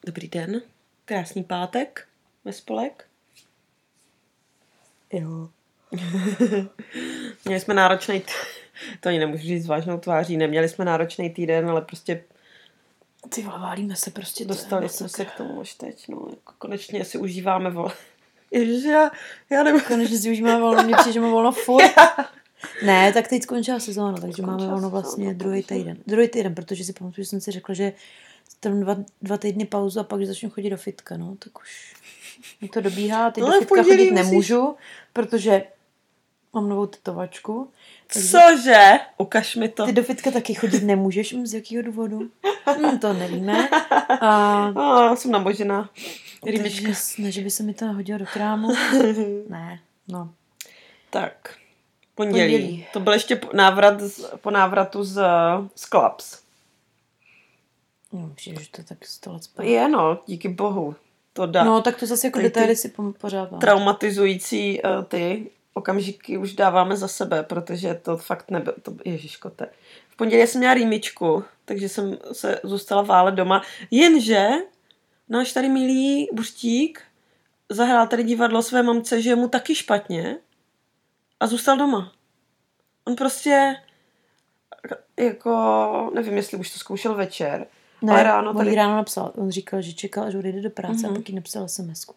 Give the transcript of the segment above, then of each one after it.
Dobrý den, krásný pátek ve spolek. Jo. Měli jsme náročný, to ani nemůžu říct s vážnou tváří, neměli jsme náročný týden, ale prostě Ty vole, válíme se prostě. dostali jsme se k tomu už teď, no, jako konečně si užíváme Ježiš, já nemůžu. Konečně si užíváme volno, mě přijde, že mám volno furt. Ne, tak teď skončila sezóna, takže máme volno vlastně druhý týden, protože si pamatuju, že jsem si řekla, že tam dva týdny pauzu a pak, že začnu chodit do fitka, no, tak už mi to dobíhá, teď do fitka chodit nemůžu, protože mám novou tetovačku. Cože? Ukaž mi to. Ty do fitka taky chodit nemůžeš, z jakého důvodu? To nevíme. Jsem namožená. Ne, že by se mi to hodilo do krámu. Ne, no. Tak, pondělí. To byl ještě po návratu z Clubs. Myslím, že to je tak 100 let zpátky. Je, no, díky bohu. No, tak to zase jako detaily si pořád mám. Traumatizující ty okamžiky už dáváme za sebe, protože to fakt nebylo. Ježiškote. V pondělí jsem měla rýmičku, takže jsem se zůstala válet doma. Jenže náš tady milý Buřtík zahrál tady divadlo své mamce, že je mu taky špatně a zůstal doma. On prostě jako, nevím, jestli už to zkoušel večer, ne, ale ráno tady... ráno napsal. On říkal, že čekal, až odejde do práce a pak jí napsal SMS-ku.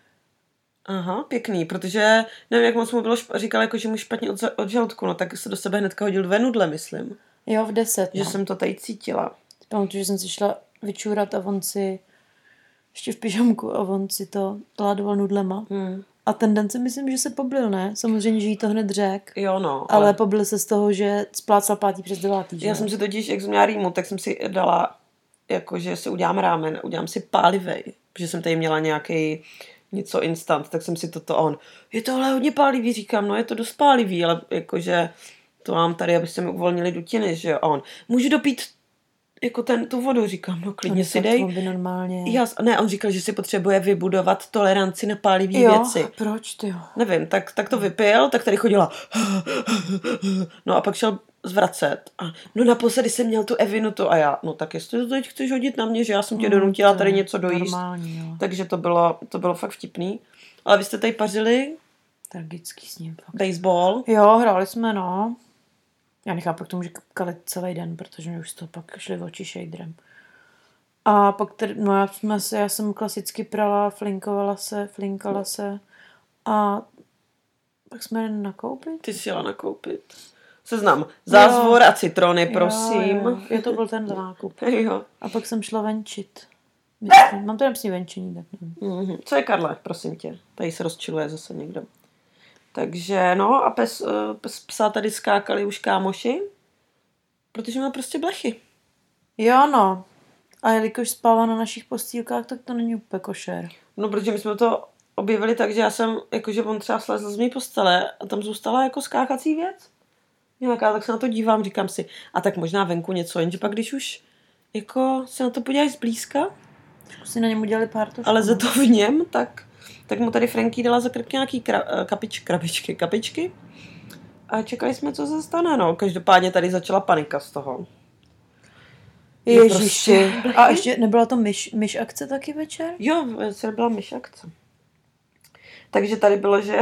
Aha, pěkný, protože nevím, jak moc mu bylo, říkal, jako, že mu špatně od žaludku, no tak se do sebe hnedka hodil 2 nudle, myslím. Jo, v 10. Že jsem to tady cítila. Pamatuju, že jsem si šla vyčůrat a on si ještě v pyžamku a on si to ládoval nudlema. A ten den si myslím, že se poblil, ne? Samozřejmě, že jí to hned řek. Jo, no. Ale poblil se z toho, že splácal 5. přes 9. Já jsem si totiž, jak jsem měla rýmu, tak jsem si dala, jako, že si udělám rámen, udělám si pálivej, protože jsem tady měla nějaký něco instant, tak jsem si je tohle hodně pálivý, říkám, no je to dost pálivý, ale jakože to mám tady, abyste mi uvolnili dutiny, že jo, a on, můžu dopít jako tu vodu, říkám, no klidně si dej. Normálně. Ne, on říkal, že si potřebuje vybudovat toleranci na pálivý věci. Jo, proč ty jo? Nevím, tak to vypil, tak tady chodila. No a pak šel zvracet. A no naposledy jsem měl tu Evinutu a já, no tak jestli to teď chceš hodit na mě, že já jsem tě donutila tady něco dojíst. Normální, jo. Takže to bylo fakt vtipný. Ale vy jste tady pařili? Tragický s ním. Fakt. Baseball? Jo, hráli jsme, no. Já nechápu k tomu, že kalit celý den, protože mi už to pak šli oči shaderem. A pak já jsem klasicky prala, flinkala se a pak jsme jeli nakoupit. Ty jsi jela nakoupit. Seznam. Zázvor a citrony, prosím. Jo, to byl ten nákup. Jo. A pak jsem šla venčit. Myslím, mám to napsat venčení, tak nevím. Co je, Karle, prosím tě? Tady se rozčiluje zase někdo. Takže, no a psa tady skákali už kámoši, protože má prostě blechy. Jo, no. A jelikož spává na našich postýlkách, tak to není úplně košer. No, protože my jsme to objevili tak, že já jsem, jakože on třeba slezl z mý postele a tam zůstala jako skákací věc. Nějaká, tak se na to dívám, říkám si, a tak možná venku něco, jenže pak když už jako se na to podíváš zblízka, si na něm udělali pár to. Ale za to v něm, tak mu tady Franky dala za krk nějaký kapičky a čekali jsme, co se stane, no. Každopádně tady začala panika z toho. Ježiši. A ještě nebyla to myš akce taky večer? Jo, večer byla myš akce. Takže tady bylo, že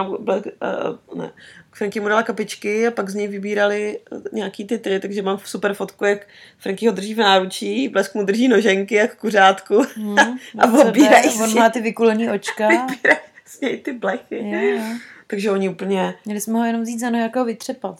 Franky mu dala kapičky a pak z něj vybírali nějaký titry, takže mám super fotku, jak Franky ho drží v náručí, Blesk mu drží noženky jak kuřátku a obírají si. On má ty vykulený očka. Vybírají z něj ty blechy. Jo. Takže oni úplně... Měli jsme ho jenom vzít za jako vytřepat.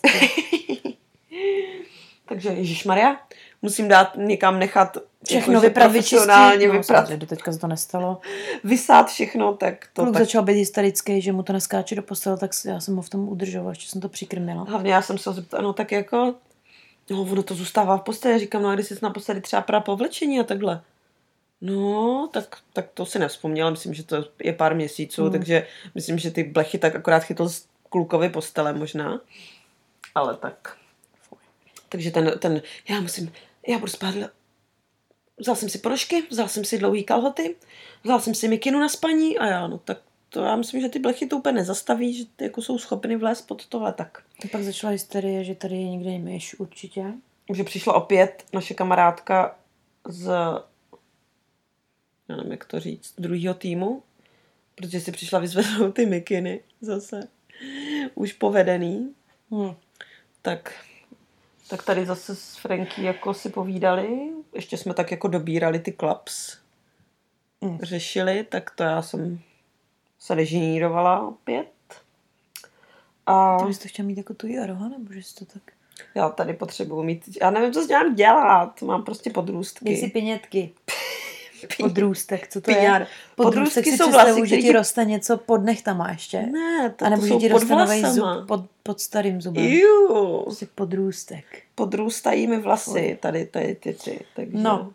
Takže ježišmarja, musím dát někam nechat všechno vyprat, profesionálně vyprat. Do teďka se to nestalo. Vysát všechno, tak to... Kluk začal být hysterický, že mu to naskáče do postele, tak já jsem ho v tom udržovala, ještě jsem to přikrmila. Hlavně já jsem se ho zeptala, no tak jako, no ono to zůstává v posteli, říkám, no a když jsi naposledy třeba prala po vlečení a takhle. No, tak to si nevzpomněla, myslím, že to je pár měsíců, takže myslím, že ty blechy tak akorát chytl z klukovy postele možná, ale tak. Takže já budu spát, vzal jsem si ponožky, vzal jsem si dlouhý kalhoty, vzal jsem si mikinu na spaní a já, no tak to já myslím, že ty blechy to úplně nezastaví, že ty jako jsou schopny vlézt pod tohle tak. A pak začala hysterie, že tady je někde myš určitě. Že přišla opět naše kamarádka z já nevím, jak to říct, druhýho týmu, protože si přišla vyzvednout ty mikiny zase. Už povedený. Tak tady zase s Franky jako si povídali. Ještě jsme tak jako dobírali ty klaps. Řešili, tak to já jsem se dežinírovala opět. A ty bys to chtěla mít jako tu Jaroha, nebo že jsi to tak... já tady potřebuji mít, já nevím, co s mám dělat. Mám prostě podrůstky. Dej si pěnětky. Podrůstek, co to Piňár. je? Podrůstek si jsou představuji, vlasy, že který ti roste něco pod nechtama ještě. Ne, to nebo že jsou ti pod roste nový vlasama. zub pod starým zubem. Iu. Prostě podrůstek. Podrůstají mi vlasy, tady ty tři. Takže...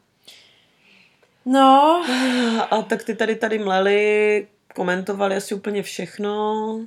No. A tak ty tady mleli, komentovali asi úplně všechno.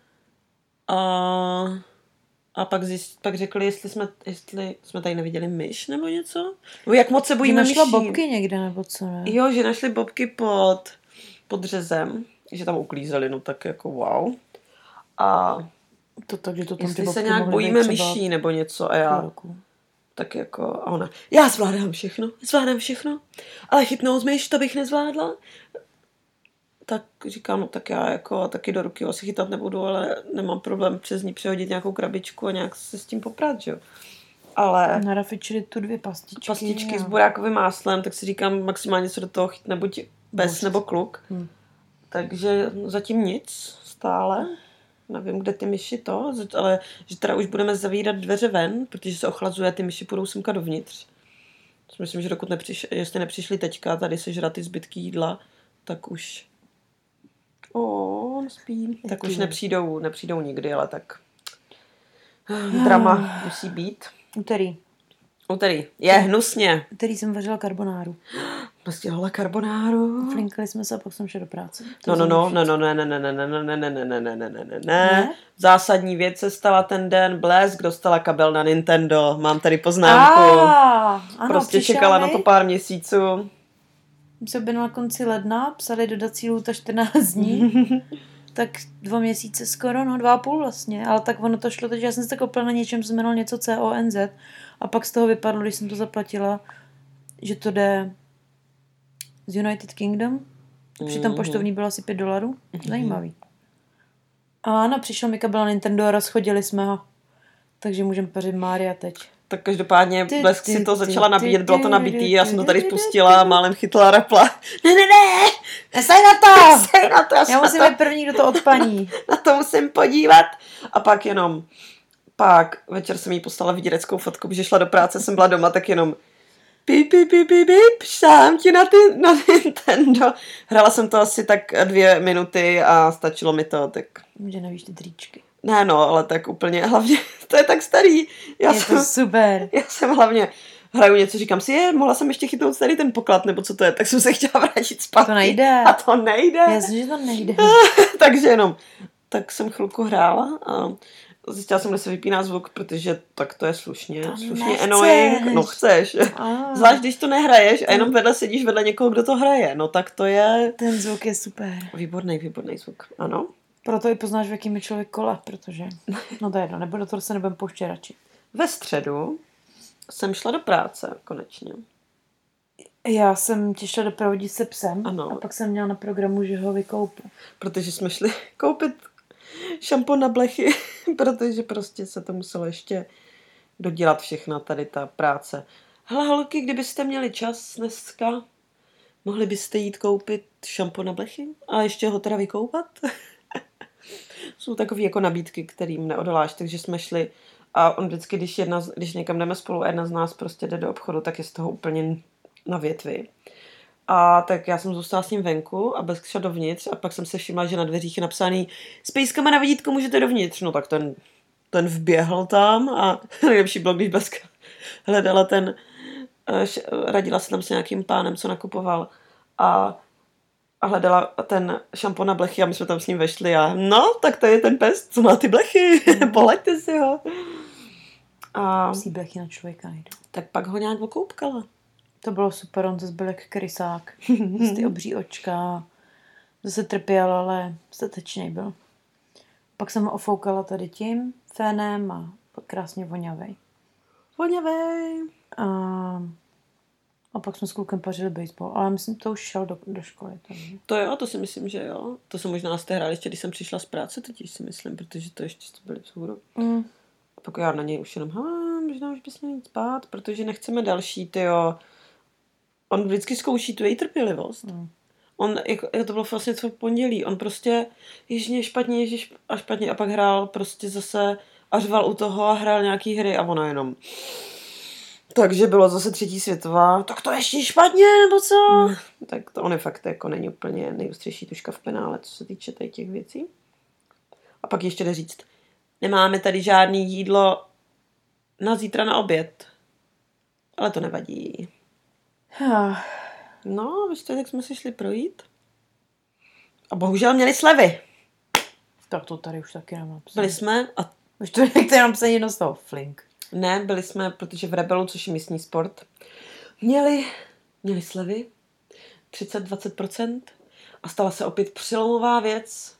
A pak řekli, jestli jsme tady neviděli myš nebo něco. Nebo jak moc se bojíme myší. Našla bobky někde nebo co, ne? Jo, že našli bobky pod řezem. Že tam uklízeli, no tak jako wow. A to tak, že to tam jestli se nějak bojíme myší nebo něco a já... Tak jako, a ona, já zvládám všechno, ale chytnout myš, to bych nezvládla. Tak říkám, no tak já jako taky do ruky asi chytat nebudu, ale nemám problém přes ní přehodit nějakou krabičku a nějak se s tím poprat, že jo. Ale... Narafičili tu 2 pastičky. S burákovým máslem, tak si říkám, maximálně se do toho chytne buď pes nebo kluk. Takže zatím nic stále. Nevím, kde ty myši to, ale že teda už budeme zavírat dveře ven, protože se ochlazuje, ty myši půjdou semka dovnitř. Myslím, že dokud jestli nepřišli teďka tady sežrat ty zbytky jídla, tak už spí. Tak už nepřijdou nikdy, ale tak drama musí být. Úterý. Je hnusně. Úterý jsem vařila karbonáru. Nastěhovala karbonáru. Flinkali jsme se a pak jsem šla do práce. Ne. Zásadní věc se stala ten den. Blesk dostala kabel na Nintendo. Mám tady poznámku. Ano, prostě čekala na to pár měsíců. Se byl na konci ledna, psali dodací lhůta 14 dní. Tak 2 měsíce skoro, 2,5 vlastně. Ale tak ono to šlo, takže já jsem se tak koupila na něčem, se jmenovalo něco CONZ. A pak z toho vypadlo, když jsem to zaplatila, že to jde z United Kingdom. Přitom poštovní bylo asi $5. Zajímavý. A Anna přišel mi kabel na Nintendo a rozchodili jsme ho. Takže můžeme pařit Mária teď. Tak každopádně Blesk si to začala nabíjet, bylo to nabitý, já jsem to tady spustila a málem chytla rapla. Ne! Nesaj na to! Já musím být první, kdo to odpaní. Na to musím podívat. A pak večer jsem jí poslala výděreckou fotku, protože šla do práce, jsem byla doma, tak jenom pip, šám ti na Nintendo. Hrála jsem to asi tak 2 minuty a stačilo mi to, tak... Že nevíš ty tričky. Ne, ale tak úplně, hlavně, to je tak starý. To super. Já jsem hlavně, hraju něco, říkám si, mohla jsem ještě chytnout tady ten poklad, nebo co to je, tak jsem se chtěla vrátit zpátky. To nejde. A to nejde. Jasně, že to nejde. Takže jenom, tak jsem chvilku hrála a zjistila jsem, kde se vypíná zvuk, protože tak to je slušně annoying. No chceš. Zvlášť, když to nehraješ a jenom vedle sedíš vedle někoho, kdo to hraje. No tak to je... Ten zvuk je super. Výborný zvuk, ano. Proto i poznáš, v jakým je člověk kola, protože... No to je jedno, nebo do toho se nebudem pouštět radši. Ve středu jsem šla do práce, konečně. Já jsem tě šla doprovodit se psem. Ano. A pak jsem měla na programu, že ho vykoupu. Protože jsme šli koupit šampon na blechy, protože prostě se to muselo ještě dodělat všechna tady ta práce. Hele holky, kdybyste měli čas dneska, mohli byste jít koupit šampon na blechy a ještě ho teda vykoupat? Jsou takové jako nabídky, kterým neodoláš, takže jsme šli a on vždycky, když někam jdeme spolu a jedna z nás prostě jde do obchodu, tak je z toho úplně na větvi. A tak já jsem zůstala s ním venku a Blesk šel dovnitř a pak jsem se všimla, že na dveřích je napsaný s pejskama na vodítku můžete dovnitř. No tak ten vběhl tam a nejlepší bylo, když Blesk hledala radila se tam s nějakým pánem, co nakupoval a hledala ten šampon na blechy a my jsme tam s ním vešli a no, tak to je ten pes, co má ty blechy, pohlaďte si ho. A Psí blechy na člověka nejde. Tak pak ho nějak okoupkala. To bylo super, on zase byl jak krysák. Z ty obří očka. Zase trpěl, ale statečný byl. Pak jsem ho ofoukala tady tím fénem a krásně voňavej. Voňavej. A pak jsme s klukem pařili baseball, ale myslím, to už šel do školy. Takže. To jo, to si myslím, že jo. To jsem možná z té hráli ještě, když jsem přišla z práce, totiž si myslím, protože to ještě byly vzhůru. A pak já na něj už jenom, možná už bys měl jít spát, protože nechceme další, tyjo. On vždycky zkouší tu její trpělivost. On, jako to bylo vlastně co v pondělí, on prostě ježiš a špatně a pak hrál prostě zase a řval u toho a hrál nějaký hry a ona jenom. Takže bylo zase 3. světová, tak to ještě špatně, nebo co? Tak to on je fakt jako není úplně nejostřejší tuška v penále, co se týče tady těch věcí. A pak ještě jde říct, nemáme tady žádný jídlo na zítra na oběd. Ale to nevadí. No, víš, tak jsme si šli projít. A bohužel měli slevy. Tak to tady už taky nemám. Byli jsme a... Už to někde jenom se jedno z toho flink. Ne, byli jsme, protože v Rebelu, což je místní sport, měli slevy 30-20% a stala se opět přelomová věc.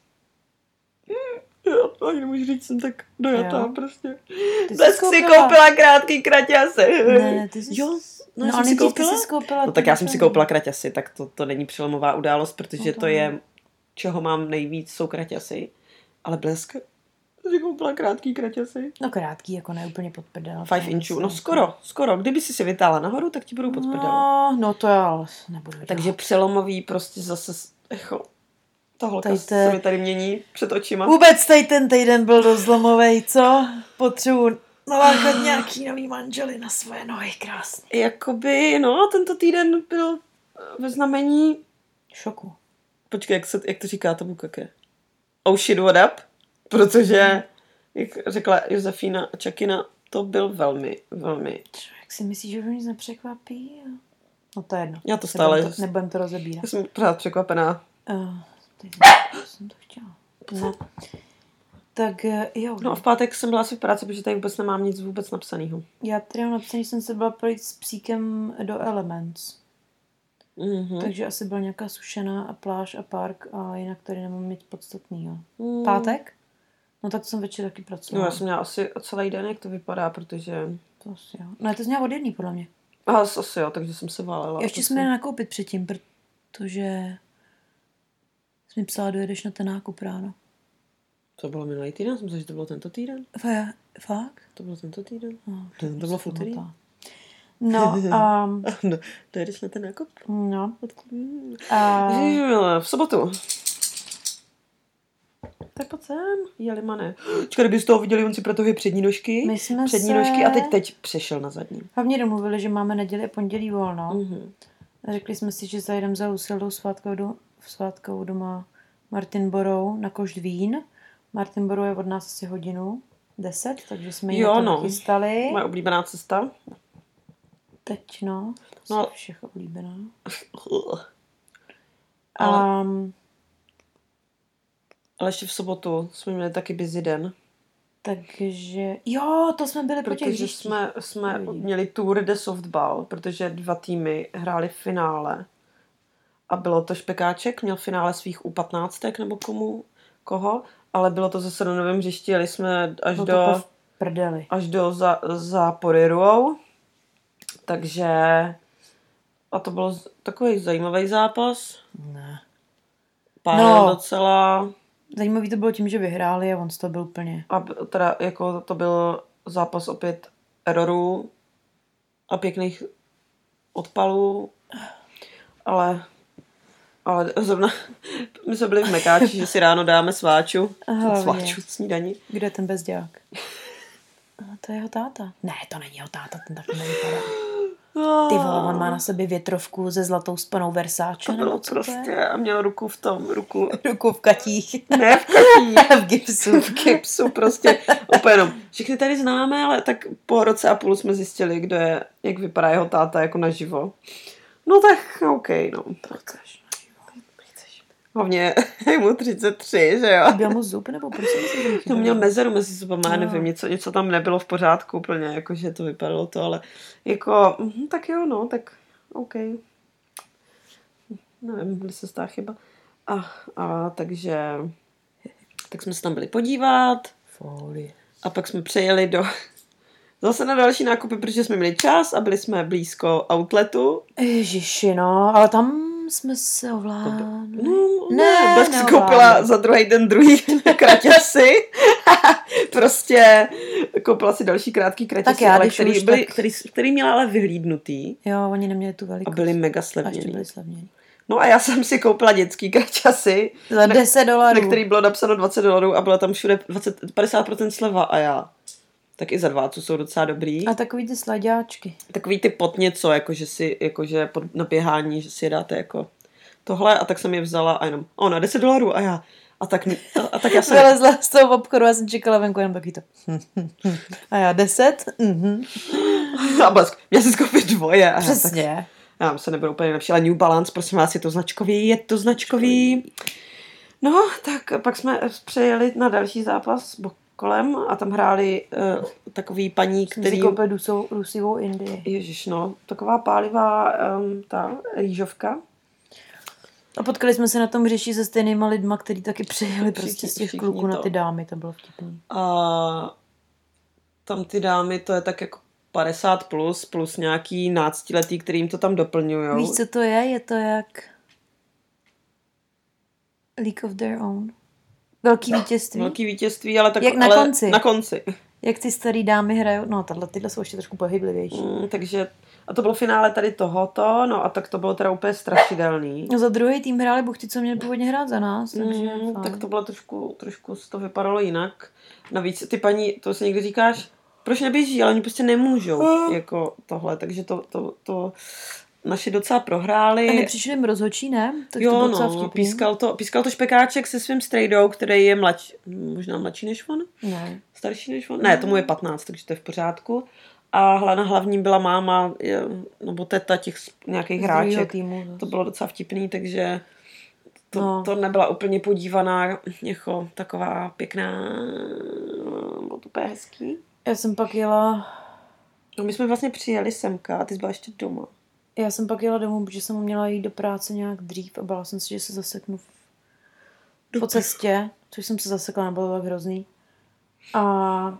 Já to ani nemůžu říct, jsem tak dojatá prostě. Dnes si koupila krátký kraťasy. Ne, ty jsi... Jo, no já jsem si koupila. No tak já jsem si koupila kraťasy, tak to není přelomová událost, protože to je, čeho mám nejvíc, jsou kraťasy. Ale blesk, si koupila krátký kraťasy. No krátký, jako ne úplně pod prdel. 5 inčů, no skoro. Kdyby si vytáhla nahoru, tak ti budou pod prdel. No to já nebudu. Takže přelomový prostě zase, tohle se mi tady mění před očima. Vůbec tady ten týden byl dost zlomovej, co? Potřebuji nalákat nějaký nový manžely na svoje nohy, krásně. Jakoby, no, tento týden byl ve znamení... Šoku. Počkej, jak to říká to Bukake? Oh shit, what up? Protože, jak řekla Josefína Čakina, to byl velmi. Jak si myslíš, že ho nic nepřekvapí? No to je jedno. Já to stále... Nebudem to rozebírat. Já jsem pořád překvapená. Teď jsem to chtěla. No. Tak jo. No a v pátek jsem byla asi v práci, protože tady vůbec nemám nic vůbec napsanýho. Já tady mám napsaný, že jsem se byla projít s psíkem do Elements. Takže asi byla nějaká sušená a pláž a park a jinak tady nemám nic podstatného. Pátek? No tak jsem večer taky pracovala. No já jsem měla asi celý den, jak to vypadá, protože... To asi jo. No to jsi měla od jedný, podle mě. Asi jo, takže jsem se válela. Ještě jsme měli nakoupit předtím, protože jsi mi psala, dojedeš na ten nákup ráno. To bylo minulý týden? Jsem že to bylo tento týden. Fakt? To bylo tento týden? No, to bylo v úterý. No, no, dojedeš na ten nákup? No. V sobotu. Tak pojď sem, Jelimane. Čekaj, kdyby z toho viděli, on si protohuje přední nožky. Přední nožky a teď přešel na zadní. Hlavně domluvili, že máme neděli a pondělí volno. A řekli jsme si, že zajdeme za Lucildou svátkou doma Martinborough na Koždvín. Martinborough je od nás asi 1:10 hodin, takže jsme ji nachystali. Moje oblíbená cesta. Teď všech oblíbená. Ale ještě v sobotu jsme měli taky busy den. Takže, jo, to jsme byli po těch hřištích. Protože jsme měli Tour de softball, protože 2 týmy hráli v finále. A bylo to Špekáček, měl v finále svých U15 nebo koho, ale bylo to zase na novém hřišti, jeli jsme až do Zápory Ruou. Takže a to byl takový zajímavý zápas. Ne. Pálil docela. Zajímavý to bylo tím, že vyhráli a on to byl úplně. A teda jako to byl zápas opět errorů a pěkných odpalů, ale zrovna my jsme byli v Mekáči, že si ráno dáme sváču snídani. Kde je ten bezďák? To je jeho táta. Ne, to není jeho táta, ten tak nevypadá. Ty vole, on má na sobě větrovku se zlatou spanou Versace. To bylo prostě a měl ruku v katích. Ne v katích. V gipsu. V gipsu prostě. Úplně jenom. Všechny tady známe, ale tak po roce a půl jsme zjistili, jak vypadá jeho táta jako naživo. No tak, OK, no. Hlavně je mu 33, že jo? Byl mu zub, nebo prosím? To měl mezeru mezi zubama, já nevím, něco tam nebylo v pořádku úplně, jakože to vypadalo to, ale jako, tak jo, no, tak OK. Nevím, kdy se stala chyba. Takže, tak jsme se tam byli podívat. A pak jsme přejeli Zase na další nákupy, protože jsme měli čas a byli jsme blízko outletu. Ježiši, no, ale tam jsme se ovládli. Ne, Blesk si koupila za druhý den druhý kraťasy. Prostě koupila si další krátký kraťasy, ale který měla ale vyhlídnutý. Jo, oni neměli tu velikost. A byli mega slevněný. No a já jsem si koupila dětský kraťasy. Za $10. Na který bylo napsáno $20 a byla tam všude 50% sleva a já. Tak i za 2, co jsou docela dobrý. A takový ty slaďáčky. Takový ty pod něco, jakože na běhání, že si je dáte jako tohle a tak jsem je vzala a jenom, na $10 a já. A tak já jsem... Vylezla z toho obchodu a jsem čekala venku jenom taky to. A já 10? A Blesk, já si koupit 2. Přesně. Já se nebudu úplně lepší, ale New Balance, prosím vás, je to značkový. No, tak pak jsme přejeli na další zápas kolem a tam hráli takový paní, který... Jsem si koupil dusivou Indii. Ježiš, no, taková pálivá ta rýžovka. A potkali jsme se na tom řeši se stejnýma lidma, kteří taky přijeli prostě z těch kluků na ty dámy, to bylo vtipný. A tam ty dámy, to je tak jako 50 plus nějaký 11letý, který jim to tam doplňujou. Víš, co to je? Je to jak League of Their Own. Velký vítězství, ale tak jak na konci. Jak ty starý dámy hrajou, no tyhle jsou ještě trošku pohyblivější. Takže, a to bylo finále tady tohoto, no a tak to bylo teda úplně strašidelný. No za druhý tým hráli buchty, co měli původně hrát za nás, takže tak to bylo trošku to vypadalo jinak. Navíc ty paní, to si někdy říkáš, proč neběží, ale oni prostě nemůžou, jako tohle, takže to naši docela prohráli. A nepřišli jim rozhodčí, ne? Tak jo, to pískal to špekáček se svým strejdou, který je možná mladší než on? Ne. Starší než on? Ne, tomu je 15, takže to je v pořádku. A na hlavním byla máma, nebo teta těch nějakých hráček. Týmu, to bylo docela vtipný, takže to nebyla úplně podívaná, jako taková pěkná, bylo to úplně hezký. Já jsem pak jela... No my jsme vlastně přijeli semka a ty jsi byla ještě doma. Já jsem pak jela domů, protože jsem měla jít do práce nějak dřív a bála jsem si, že se zaseknu po cestě, což jsem se zasekla, nebylo tak hrozný. A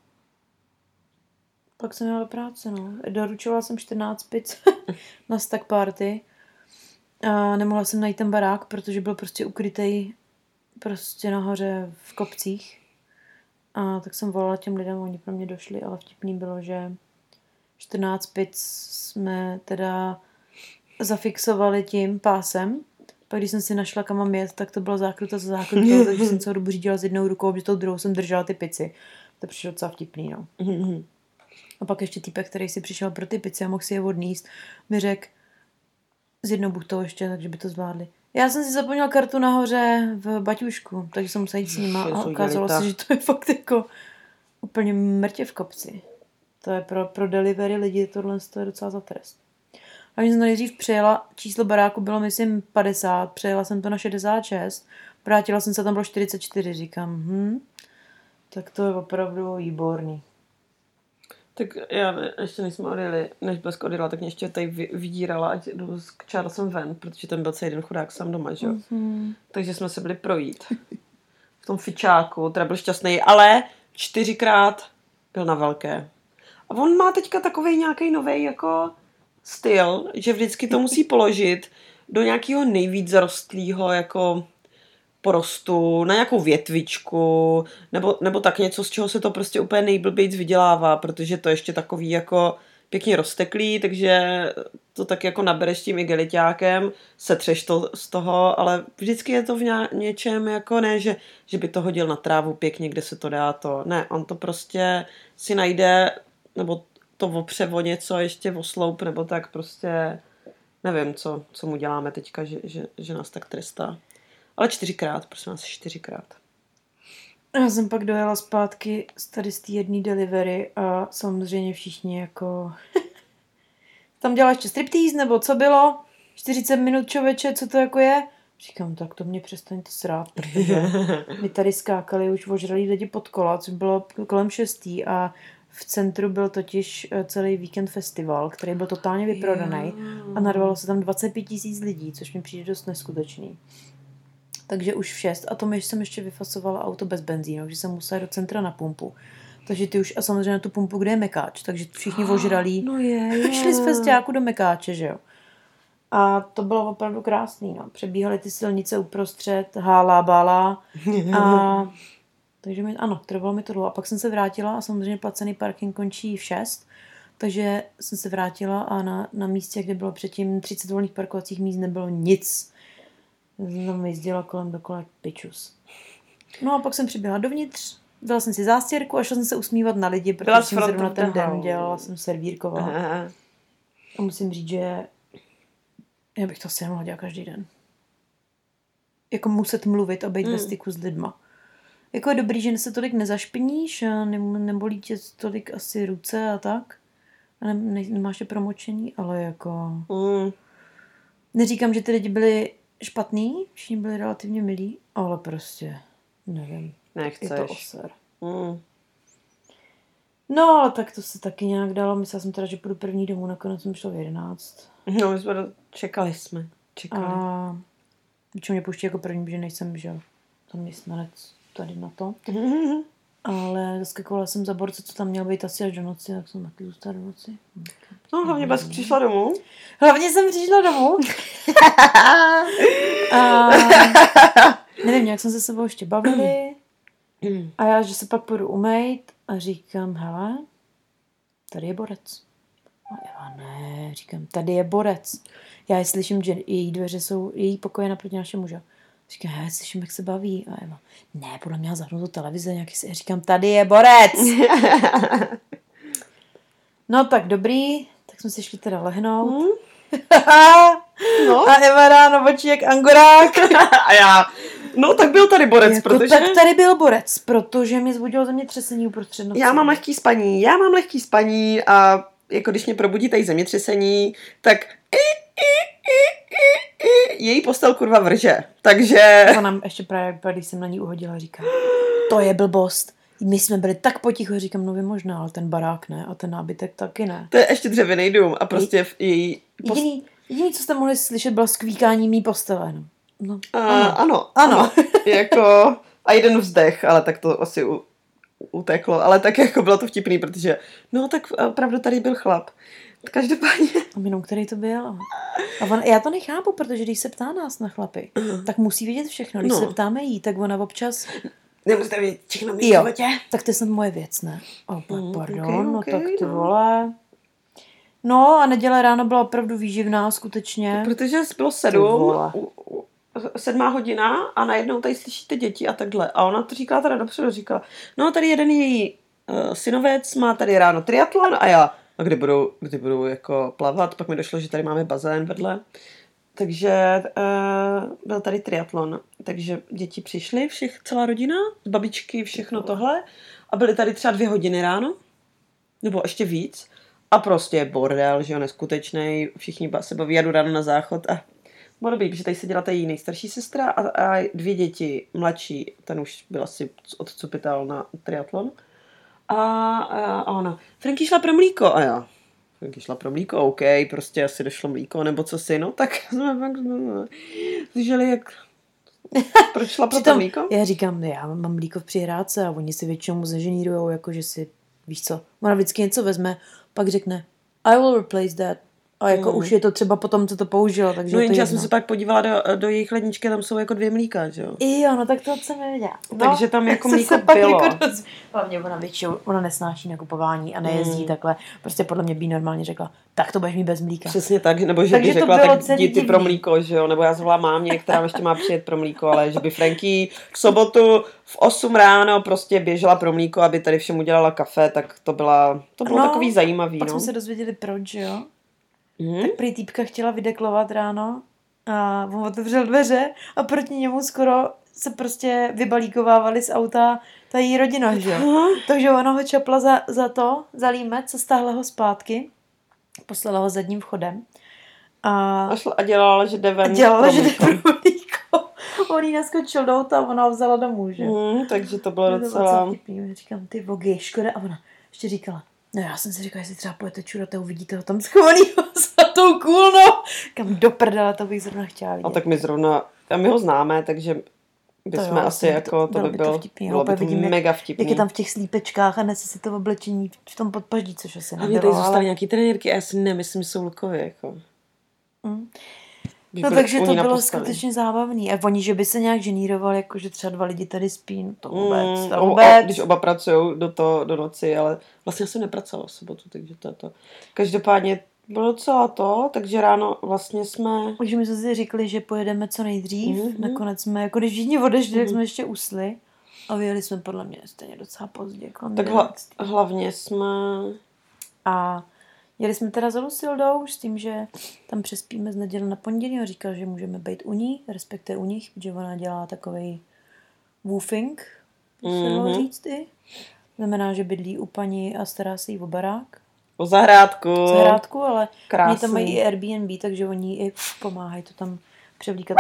pak jsem jela do práce, no. Doručovala jsem 14 pic na stack party a nemohla jsem najít ten barák, protože byl prostě ukrytej prostě nahoře v kopcích. A tak jsem volala těm lidem, oni pro mě došli, ale vtipný bylo, že 14 pic jsme teda zafixovali tím pásem. Pak když jsem si našla, kam mám jet, tak to byla zákruta za zákrutou, takže jsem celou dobu řídila s jednou rukou, protože tou druhou jsem držela ty pici. To přišlo docela vtipný, no. A pak ještě týpek, který si přišel pro ty pici a mohl si je odníst, mi řekl s jednou buchtou ještě, takže by to zvládli. Já jsem si zapomněla kartu nahoře v baťušku, takže jsem musela jít s nima a ukázalo se, že to je fakt jako úplně mrtě v kopci. To je pro delivery lidi, tohle je docela za trest. A když jsem nejdřív přijela, číslo baráku bylo myslím 50, přejela jsem to na 66, vrátila jsem se, tam bylo 44, říkám, tak to je opravdu výborný. Tak já ještě než jsme odjeli, než Blesk odjela, tak mě ještě tady vydírala, ať jdu s Charlesem ven, protože ten byl celý den chudák sám doma, že jo. Takže jsme se byli projít. V tom fičáku, teda byl šťastný, ale 4krát byl na velké. A on má teďka takovej nějaký novej jako styl, že vždycky to musí položit do nějakého nejvíc zarostlého jako porostu, na nějakou větvičku, nebo tak něco, z čeho se to prostě úplně nejblbějc vydělává, protože to ještě takový jako pěkně rozteklý, takže to tak jako nabereš tím igeliťákem, setřeš to z toho, ale vždycky je to v něčem jako ne, že by to hodil na trávu pěkně, kde se to dá to. Ne, on to prostě si najde, nebo to opře o něco, ještě o sloup, nebo tak prostě nevím, co mu děláme teďka, že nás tak trestá. Ale 4krát, prosím vás, 4krát. Já jsem pak dojela zpátky tady z té jedné delivery a samozřejmě všichni jako... Tam dělala ještě striptease, nebo co bylo? 40 minut, člověče, co to jako je? Říkám, tak to mě přestaňte srát, protože my tady skákali už ožralí lidi pod kola, což bylo kolem 6. a v centru byl totiž celý víkend festival, který byl totálně vyprodaný a narvalo se tam 25 000 lidí, což mi přijde dost neskutečný. Takže už v 6 a to jsem ještě vyfasovala auto bez benzínu, že jsem musela do centra na pumpu. Takže ty už, a samozřejmě na tu pumpu, kde je mekáč, takže všichni ožralí. No je. Šli z festiáku do mekáče, že jo. A to bylo opravdu krásný, no. Přebíhaly ty silnice uprostřed, hála, bála. A takže trvalo mi to dlouho. A pak jsem se vrátila a samozřejmě placený parking končí v 6. Takže jsem se vrátila a na místě, kde bylo předtím 30 volných parkovacích míst, nebylo nic. Jsem tam jezdila kolem dokola jak pičus. No a pak jsem přiběhla dovnitř, dala jsem si zástěrku a šla jsem se usmívat na lidi, protože jsem zrovna ten den dělala, jsem servírkovala. A musím říct, že já bych to asi nemohla dělat každý den. Jako muset mluvit a být ve styku s lidma. Jako je dobrý, že se tolik nezašpiníš a nebolí tě tolik asi ruce a tak. A nemáš je promočení, ale jako... Neříkám, že ty lidi byli špatný, všichni byli relativně milí, ale prostě, nevím. Nechceš. Je to oser. No, ale tak to se taky nějak dalo. Myslela jsem teda, že půjdu první domů, nakonec jsem šla v 11. No, my jsme čekali. A většinou mě pouští jako první, protože nejsem, že zaměstnanec tady na to. Ale zaskakovala jsem za borce, co tam měl být asi až do noci, tak jsem taky zůstala do noci. No, hlavně bys přišla domů. Hlavně jsem přišla domů. A nevím, nějak jsme se sebou ještě bavili. A já, že se pak půjdu umýt a říkám, hele, tady je borec. A Eva, ne, říkám, tady je borec. Já je slyším, že její dveře jsou, její pokoje naproti našemu muže. Říkám, já slyším, jak se baví. A Eva, ne, podle mě zapnu televize nějaký si. Říkám, tady je borec. No tak dobrý, tak jsme si šli teda lehnout. No. A Eva ráno očí jak angorák. A já, no tak byl tady borec, jako, protože... Tak tady byl borec, protože mě zbudilo zemětřesení uprostřed noci. Já mám lehký spaní a jako když mě probudí tady zemětřesení, tak její postel kurva vrže, takže... Ona ještě právě, když jsem na ní uhodila, říká, to je blbost. My jsme byli tak potichu, říkám, no vy možná, ale ten barák ne a ten nábytek taky ne. To je ještě dřevěný dům a prostě její... Jediný, co jste mohli slyšet, bylo skvíkání mý postele. No. Ano. Jako... A jeden vzdech, ale tak to asi uteklo. Ale tak jako bylo to vtipný, protože no tak opravdu tady byl chlap. Každopádně... A jenom který to byl. A já to nechápu, protože když se ptá nás na chlapy, tak musí vědět všechno. Když se ptáme jí, tak ona občas... Nemusíte vědět všechno v životě. Tak to je snad moje věc, ne? Pardon, no tak ty vole... No a neděle ráno byla opravdu výživná, skutečně. Protože bylo 7 hodina a najednou tady slyšíte děti a takhle. A ona to říkala teda dopředu, říkala, no tady jeden její synovec má tady ráno triatlon a já, a kdy budou jako plavat, pak mi došlo, že tady máme bazén vedle. Takže byl tady triatlon, takže děti přišly, celá rodina, babičky, všechno tohle a byly tady třeba 2 hodiny ráno, nebo ještě víc. A prostě bordel, že jo, neskutečnej, všichni se baví, jdu ráno na záchod a bylo dobrý, protože tady seděla ta její nejstarší sestra a 2 děti mladší, ten už byl asi odcupital na triatlon a ona, Franky šla pro mlíko a já, Franky šla pro mlíko, OK, prostě asi došlo mlíko, nebo co si, no tak jsme fakt slyšeli, jak proč šla pro to mlíko? Já říkám, já mám mlíko v přihrádce a oni si většinou zaženírujou, jakože si, víš co, ona vždycky něco vezme, pak řekne, I will replace that. A jako už je to třeba potom, co to použila. Takže no jenže já jsem se pak podívala do jejich ledničky, tam jsou jako 2 mlíka, že jo? Jo, no tak to jsem nevěděla. No, takže tam jako mlíko bylo. Jako hlavně ona většinou, ona nesnáší nakupování a nejezdí takhle. Prostě podle mě by normálně řekla, tak to budeš mít bez mlíka. Přesně tak, nebo že by řekla, tak jdi ty pro mlíko, že jo? Nebo já zvolám mámě, která ještě má přijet pro mlíko, ale že by Franky v sobotu v 8 ráno prostě běžela pro mlíko, aby tady všem udělala kafe, tak to bylo takový zajímavý. Pak jsme se dozvěděli proč, jo? Tak prý týpka chtěla vydeklovat ráno a on otevřel dveře a proti němu skoro se prostě vybalíkovávali z auta ta její rodina, že jo. Takže ona ho čapla za límec a stáhla ho zpátky, poslala ho zadním vchodem a dělala, že jde ven. Pro mlíko. On jí naskočil do auta a ona ho vzala domů, že jo. Takže to bylo docela... Já říkám, ty vogy, škoda. A ona ještě říkala, no já jsem si říkala, jestli třeba pojete čurat a uvidíte ho tam schovanýho za tou kůlnou. Kam do prdele, to bych zrovna chtěla vidět. A tak my ho známe, takže bychom asi jako, to by bylo vtipný. Bylo by to vidím, mega vtipný. Jak je tam v těch slípečkách a nese si to oblečení v tom podpaždí, což asi nebylo. A tady zůstaly nějaký trenérky a já si nemyslím, že jsou Lukově, jako. No takže to bylo skutečně zábavný. A oni, že by se nějak ženírovali, jako že třeba 2 lidi tady spí, no to vůbec. Když oba pracujou do noci, ale vlastně jsem nepracovala v sobotu, takže to je to. Každopádně bylo docela to, takže ráno vlastně jsme... Takže my jsme si říkali, že pojedeme co nejdřív. Nakonec jsme, jako když všichni odešli, tak jsme ještě usli. A vyjeli jsme podle mě stejně docela pozdě. Tak hlavně jsme... A jeli jsme teda za Lucildou s tím, že tam přespíme z neděle na pondělí a říkal, že můžeme být u ní, respektive u nich, protože ona dělá takovej woofing, se dalo říct i. Znamená, že bydlí u paní a stará se jí o barák. O zahrádku, ale oni tam mají i Airbnb, takže oni i pomáhají to tam převlíkat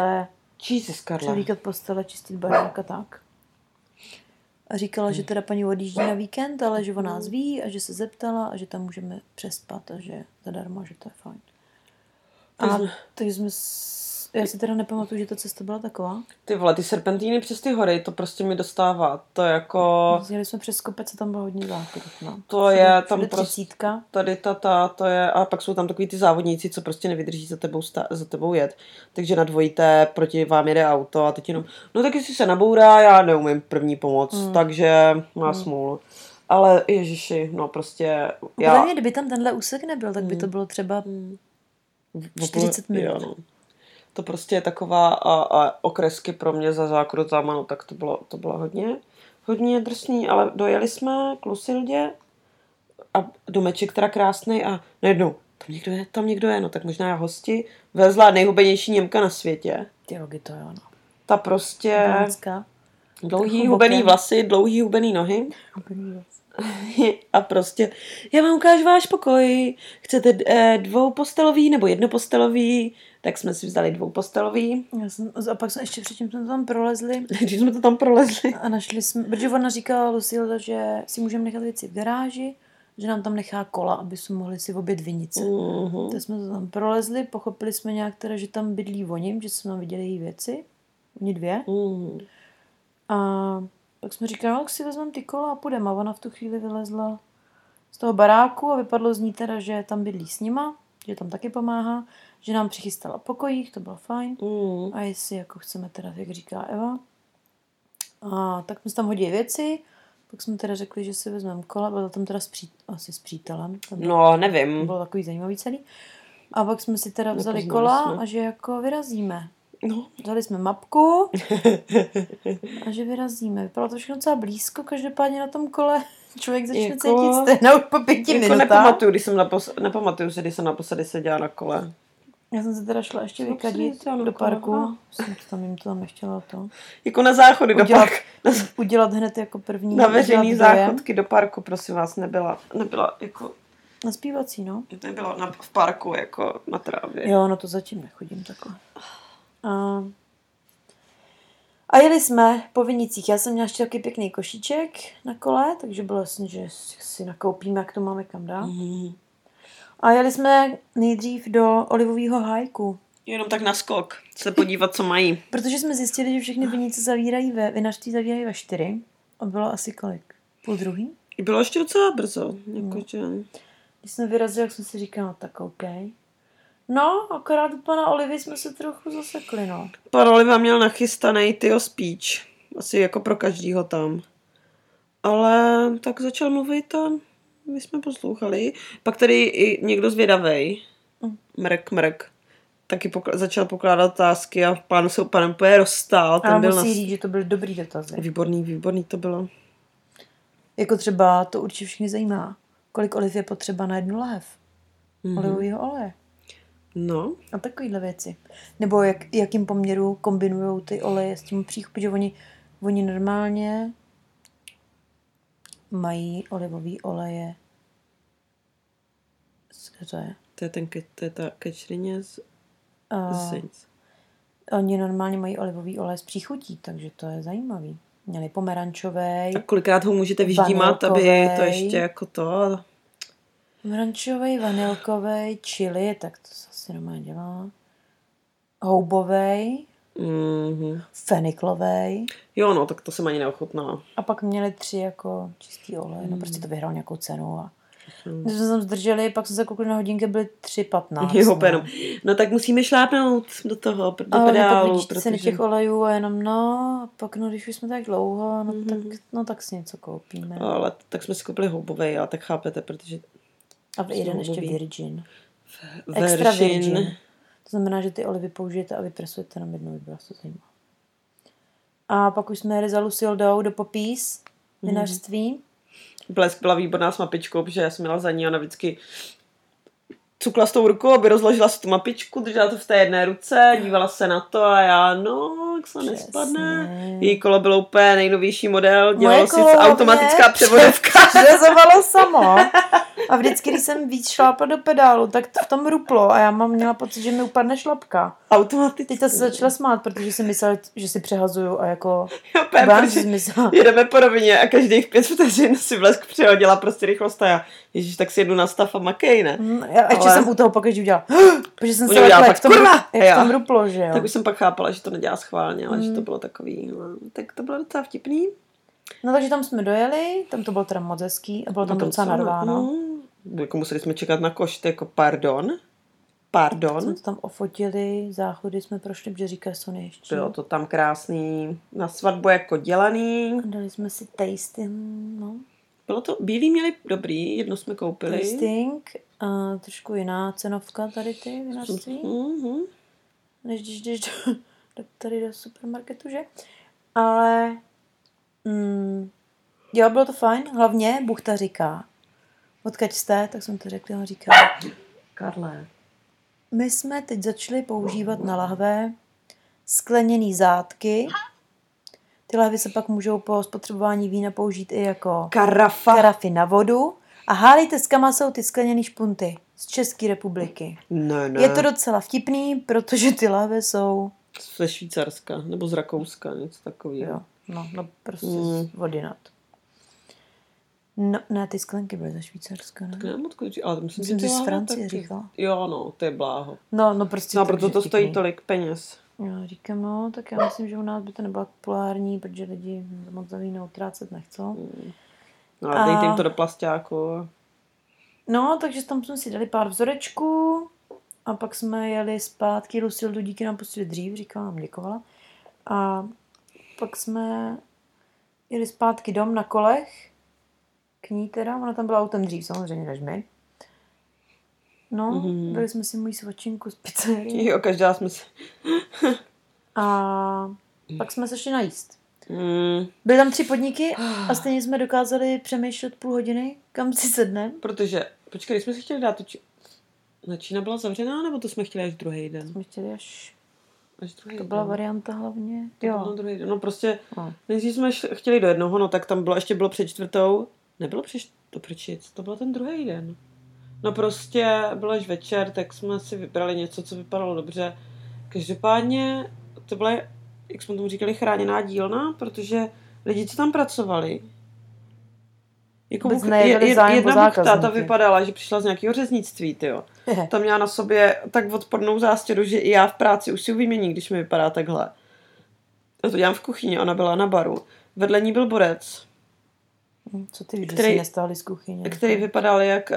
postele, čistit barák a tak. A říkala, že teda paní odjíždí na víkend, ale že o nás ví a že se zeptala a že tam můžeme přespat a že zadarmo, že to je fajn. Takže jsme... Já si teda nepamatuju, že ta cesta byla taková. Ty vole, ty serpentíny přes ty hory, to prostě mi dostává. To jako... Jeli jsme přes kopec a tam bylo hodně záchodů. No. To je tam prostě... Tady to je... A pak jsou tam takový ty závodníci, co prostě nevydrží za tebou jet. Takže na dvojité proti vám jede auto a teď jenom... No tak jestli se nabourá, já neumím první pomoc, takže má smůlu. Ale ježiši, no prostě... Podle mě, kdyby tam tenhle úsek nebyl, tak by to bylo třeba 40 minut. Jo, no. To prostě je taková a okresky pro mě za zákrutama, no tak to bylo hodně drsný, ale dojeli jsme k Lucildě a domeček teda krásnej a najednou, tam někdo je, no tak možná hosti, vezla nejhubenější Němka na světě. Ty logy, to jo, no. Ta prostě Blánská. Dlouhý hubený vlasy, dlouhý hubený nohy. A prostě, já vám ukážu váš pokoj, chcete dvoupostelový nebo jednopostelový, tak jsme si vzali dvoupostelový. A pak jsme ještě předtím tam prolezli. Když jsme to tam prolezli. A našli jsme, protože ona říkala Lucilda, že si můžeme nechat věci v garáži, že nám tam nechá kola, aby jsme mohli si obět vinice. Tak jsme to tam prolezli, pochopili jsme nějak teda, že tam bydlí voním, že jsme tam viděli její věci. Oni 2. A tak jsme říkali, no, tak si vezmeme ty kola a půjdeme. A ona v tu chvíli vylezla z toho baráku a vypadlo z ní teda, že tam bydlí s nima, že tam taky pomáhá, že nám přichystala pokojík, to bylo fajn. A jestli jako chceme teda, jak říká Eva. A tak jsme tam hodili věci, pak jsme teda řekli, že si vezmeme kola, bylo tam teda asi s přítelem. No, nevím. To bylo takový zajímavý celý. A pak jsme si teda vzali kola a že jako vyrazíme. No. Vzali jsme mapku a že vyrazíme. Vypadalo to všechno docela blízko, každopádně na tom kole člověk začne cítit stejnou po 5 minutách. Nepamatuju si, když jsem naposledy seděla na kole. Já jsem se teda šla ještě vykadit do parku. Jsem to tam nechtěla to. Jako na záchody do parku. Udělat hned jako první. Na veřejný záchodky do parku, prosím vás, nebyla jako... Na zpívací, no. Nebyla v parku, jako na trávě. Jo, no to zatím nechodím takhle. A jeli jsme po Vinicích. Já jsem měla ještě taky pěkný košíček na kole, takže bylo jasně, že si nakoupíme, jak to máme kam dát. A jeli jsme nejdřív do olivového hájku. Jenom tak na skok, se podívat, co mají. Protože jsme zjistili, že všechny vinice vinařství zavírají ve 4. A bylo asi kolik? 12:30? Bylo ještě docela brzo. Jakože... Když jsme vyrazili, jak jsem si říkala, tak OK. No, akorát u pana Olivy jsme se trochu zasekli, no. Pan Oliva měl nachystaný tyho speech. Asi jako pro každýho tam. Ale tak začal mluvit a my jsme poslouchali. Pak tady i někdo zvědavej. Mrk. Taky začal pokládat otázky a pán se panem úplně rozstál. A musí říct, že to byly dobrý dotazy. Výborný to bylo. Jako třeba, to určitě všichni zajímá. Kolik oliv je potřeba na 1 lahev olivového oleje? No. A takovýhle věci. Nebo jakým poměru kombinujou ty oleje s tím příchupem, že oni normálně mají olivový oleje. Co to je? To je ta kečrině z Saints. Oni normálně mají olivový olej s příchutí, takže to je zajímavý. Měli pomerančovej. A kolikrát ho můžete vyždímat, aby to ještě jako to... Pomerančovej, vanilkovej, chili, tak to se asi normálně dělá. Houbovej. feniklovej. Jo, no, tak to jsem ani neochutnala. A pak měli 3 jako čistý olej. No prostě to vyhrál nějakou cenu. A když jsme se tam zdrželi, pak jsme se koukli na hodinky, byly 3,15. Jo, no. No tak musíme šlápnout do toho, do pedálu. Pak ceny těch olejů a jenom pak když už jsme tak dlouho, tak si něco koupíme. Ale tak jsme si koupili houbovej, ale tak chápete, protože... A jeden ještě Virgin. Extra Virgin. To znamená, že ty olivy použijete a vypresujete na jednu, by vás to zajímalo. A pak už jsme jeli za Lucildou do Popís, vinařství. Blesk byla výborná s mapičkou, protože já jsem měla za ní, ona vždycky cukla s tou rukou, aby rozložila si tu mapičku, držela to v té jedné ruce, dívala se na to a já, jak se nespadne. Její kolo bylo úplně nejnovější model, dělalo si automatická převodovka. Řezovalo samo. A vždycky, když jsem víc šlápla do pedálu, tak to v tom ruplo a já měla pocit, že mi upadne šlapka. Automaticky. Teď se začala smát, protože si myslela, že si přehazuju a jako... Jedeme po rovině a každých 5 vteřin si Blesk přehodila prostě rychlost a já, ježiš, tak si jedu na stav a makej, ne? Já ještě jsem u toho pokaždé udělala, protože jsem se lekla, jak v tom ruplo, že jo. Tak už jsem pak chápala, že to nedělá schválně, ale že to bylo takový, tak to bylo docela vtipný. No takže tam jsme dojeli, tam to bylo teda moc hezký a bylo tam docela narváno. Jako museli jsme čekat na košt, jako pardon. Jsme to tam ofotili, záchody jsme prošli, protože říkají, jsou nejještě. Bylo to tam krásný, na svatbu jako dělaný. A dali jsme si tasting, no. Bylo to, bílý měli dobrý, jedno jsme koupili. Tasting, trošku jiná cenovka tady ty vinařství. Než když tady do supermarketu, že? Ale jo, bylo to fajn, hlavně Buchta říká, odkud jste, tak jsem to řekla, on říká, Karle, my jsme teď začali používat na lahve skleněný zátky. Ty lahvy se pak můžou po spotřebování vína použít i jako karafy na vodu. A hádejte, s kama jsou ty skleněný špunty z České republiky. Ne. Je to docela vtipný, protože ty lahve jsou... Ze Švýcarska, nebo z Rakouska, něco takového. Jo, no prostě z vody nad. No, ne, ty sklenky byly ze Švýcarska, ne? Tak nevím, odkud, ale myslím, že z Francie říkala. Jo, no, to je bláho. No prostě. No, proto to stojí tolik peněz. Jo, říkám, tak já myslím, že u nás by to nebylo populární, protože lidi moc za víno utrácet nechcou. No, ale dejte jim to do plasťáku. No, takže tam jsme si dali pár vzorečků a pak jsme jeli zpátky, Lucildu díky nám pustili dřív, říkala, nám děkovala. A pak jsme jeli zpátky dom na kolech, k ní teda, ona tam byla autem dřív samozřejmě než my. No, byli jsme si moji svačinku z pizzerie. Jo, každá jsme si... A pak jsme se šli najíst. Byly tam 3 podniky a stejně jsme dokázali přemýšlet půl hodiny, kam si sedneme. Protože, počkej, když jsme si chtěli dát Čína byla zavřená, nebo to jsme chtěli až druhý den? Jsme chtěli až druhý to den. byla varianta hlavně. Jo. Druhý den. No prostě, nejdřív jsme chtěli do jednoho, no tak tam ještě bylo před 4. Nebylo to byl ten druhý den. No prostě byl až večer, tak jsme si vybrali něco, co vypadalo dobře. Každopádně to byla, jak jsme tomu říkali, chráněná dílna, protože lidi, co tam pracovali, jako jedna Buchta, ta vypadala, že přišla z nějakého řeznictví, tyjo. Tam měla na sobě tak odpornou zástěru, že i já v práci už si uvymění, když mi vypadá takhle. Já to dělám v kuchyni, ona byla na baru. Vedle ní byl borec. Co ty víš, že si nestáhli z kuchyně? Který vypadal jak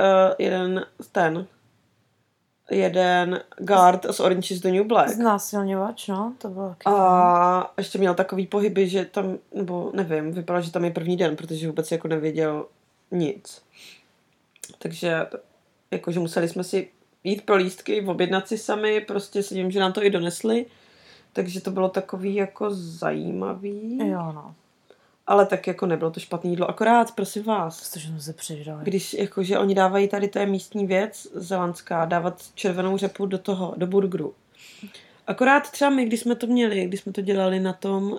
jeden guard z Orange is the New Black. Znásilňovač, no, to bylo taky. A ještě měl takový pohyby, že tam, nebo nevím, vypadalo, že tam je první den, protože vůbec jako nevěděl nic. Takže jakože museli jsme si jít pro lístky, objednat si sami, prostě si vím, že nám to i donesli. Takže to bylo takový jako zajímavý. Jo, no. Ale tak jako nebylo to špatný jídlo, akorát, prosím vás. Protože jsme se přižrali. Když jakože oni dávají tady, to je místní věc, zelandská, dávat červenou řepu do burgeru. Akorát třeba my, když jsme to měli, když jsme to dělali na tom,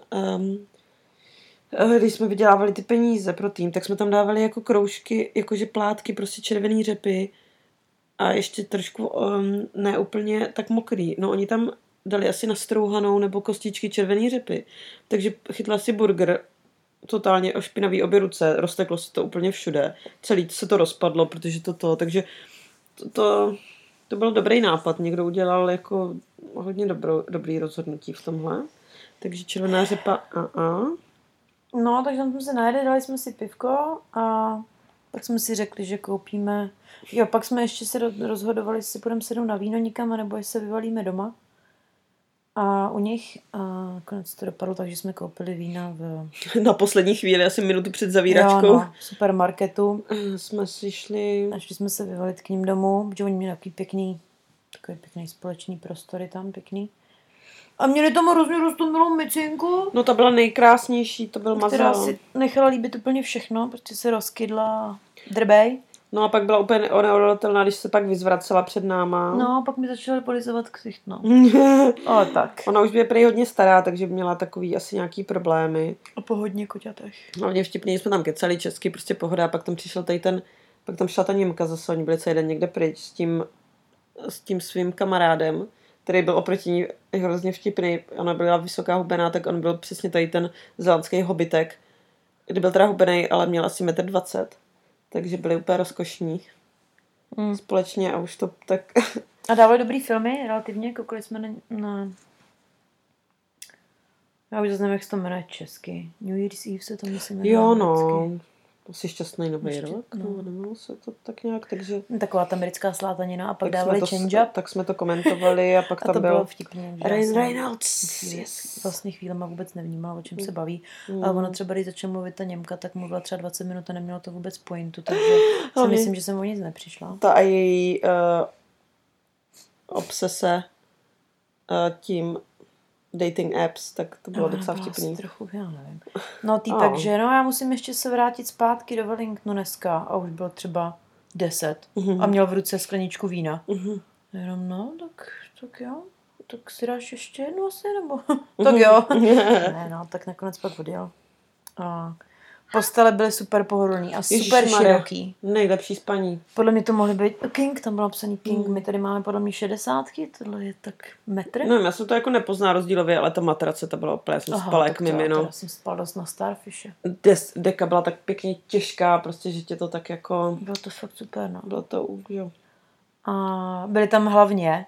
když jsme vydělávali ty peníze pro tým, tak jsme tam dávali jako kroužky, jakože plátky, prostě červený řepy a ještě trošku ne úplně tak mokrý. No oni tam dali asi nastrouhanou nebo kostičky červený řepy. Takže chytla si burger, totálně špinavý obě ruce, rozteklo se to úplně všude. Celý se to rozpadlo, protože takže To byl dobrý nápad. Někdo udělal jako hodně dobrý rozhodnutí v tomhle. Takže červená řepa No, takže tam jsme se najedli, dali jsme si pivko a pak jsme si řekli, že koupíme... Jo, pak jsme ještě se rozhodovali, jestli půjdeme sednout na víno někam, nebo jestli se vyvalíme doma. A u nich nakonec to dopadlo, takže jsme koupili vína na poslední chvíli, asi minutu před zavíračkou. Jo, no, v supermarketu. Jsme si šli... A šli jsme se vyvalit k ním domů, protože oni měli takový pěkný společný prostory tam, pěkný. A měli tam hrozně roztomilou mycinku. No ta byla nejkrásnější, to byl která mazal. si nechala líbit úplně všechno, protože se rozkydla drbej. No a pak byla úplně neodolatelná, když se pak vyzvracela před náma. No a pak mi začaly polizovat ksicht, no. Ale tak. Ona už je prý hodně stará, takže měla takový asi nějaký problémy. A po hodně koťatech. Hlavně vtipný, jsme tam kecali česky, prostě pohoda, a pak tam přišel pak tam šla ta Němka zase, oni byli celý den někde pryč s tím svým kamarádem, který byl oproti ní hrozně vtipný. Ona byla vysoká hubená, tak on byl přesně tady ten zélandský hobitek, kdy byl teda hubený, ale měl asi 1,20 m. Takže byli úplně rozkošní společně a už to tak... A dávali dobrý filmy, relativně, koukali jsme na... Já už zase nevím, jak se to jmenuje česky. New Year's Eve se to musí jmenuje. Jo, no. Jsi šťastný nový rok. No, nemělo se to tak nějak, takže... Taková ta americká slátanina a pak tak dávali change up. Tak jsme to komentovali a pak a tam byl... bylo vtipný. Ryan Reynolds. Vlastně chvílema vůbec nevnímala, o čem se baví. Ale ona třeba, když začala mluvit ta Němka, tak mluvila třeba 20 minut a nemělo to vůbec pointu, takže si myslím, že jsem o nic nepřišla. Ta a její obsese tím dating apps, tak to bylo docela vtipný. Trochu, já nevím. No týpek, že no já musím ještě se vrátit zpátky do Wellingtonu dneska a už bylo třeba 10 a měl v ruce skleničku vína. Jenom no, tak jo, tak si dáš ještě jednu asi, nebo? Tak jo. Ne, no, tak nakonec pak odjel. A postele byly super pohodlný a super široký. Nejlepší spaní. Podle mě to mohly být King, tam bylo napsaný King, my tady máme podle mě 60, tohle je tak metr. No, já jsem to jako nepoznala rozdílově, ale ta matrace to byla úplně, já jsem spala jak mimino. Já jsem spala dost na Starfishe. Deka byla tak pěkně těžká, prostě, že tě to tak jako... Bylo to fakt super, no. Bylo to, jo. A byly tam hlavně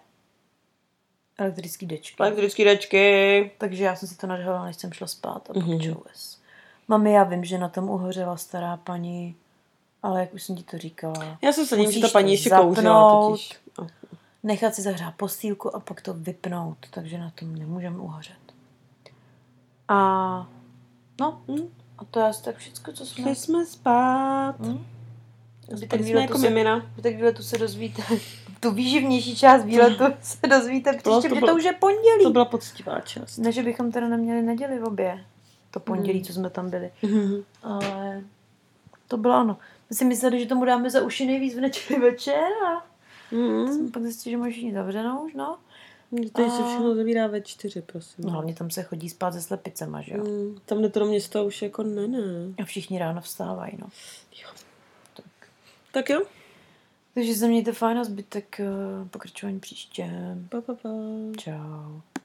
elektrický dečky. Takže já jsem si to nadhala, než jsem šla spát a pak čouves. Mami, já vím, že na tom uhořela stará paní, ale jak už jsem ti to říkala. Já jsem se ním, že ta paní ještě kouřila totiž. Nechat si zahřát postýlku a pak to vypnout, takže na tom nemůžeme uhořet. A no, a to je asi tak všecko, co jsme... Šli jsme spát. Zbytek výletu se dozvíte. Tu výživnější část výletu se dozvíte příště, protože to už je pondělí. To byla poctivá část. Ne, že bychom teda neměli neděli v obě. To pondělí, co jsme tam byli. Ale to bylo ano. My si mysleli, že tomu dáme za uši nejvíc v neděli večer a jsme pak zjistili, že máš všichni zavřenou už, no. Tady se všechno zavírá ve 4, prosím. No, hlavně tam se chodí spát se slepicema, že jo. Tam to město už jako ne. A všichni ráno vstávají, no. Jo. Tak jo. Takže se mějte fajn a zbytek pokračování příště. Pa. Čau.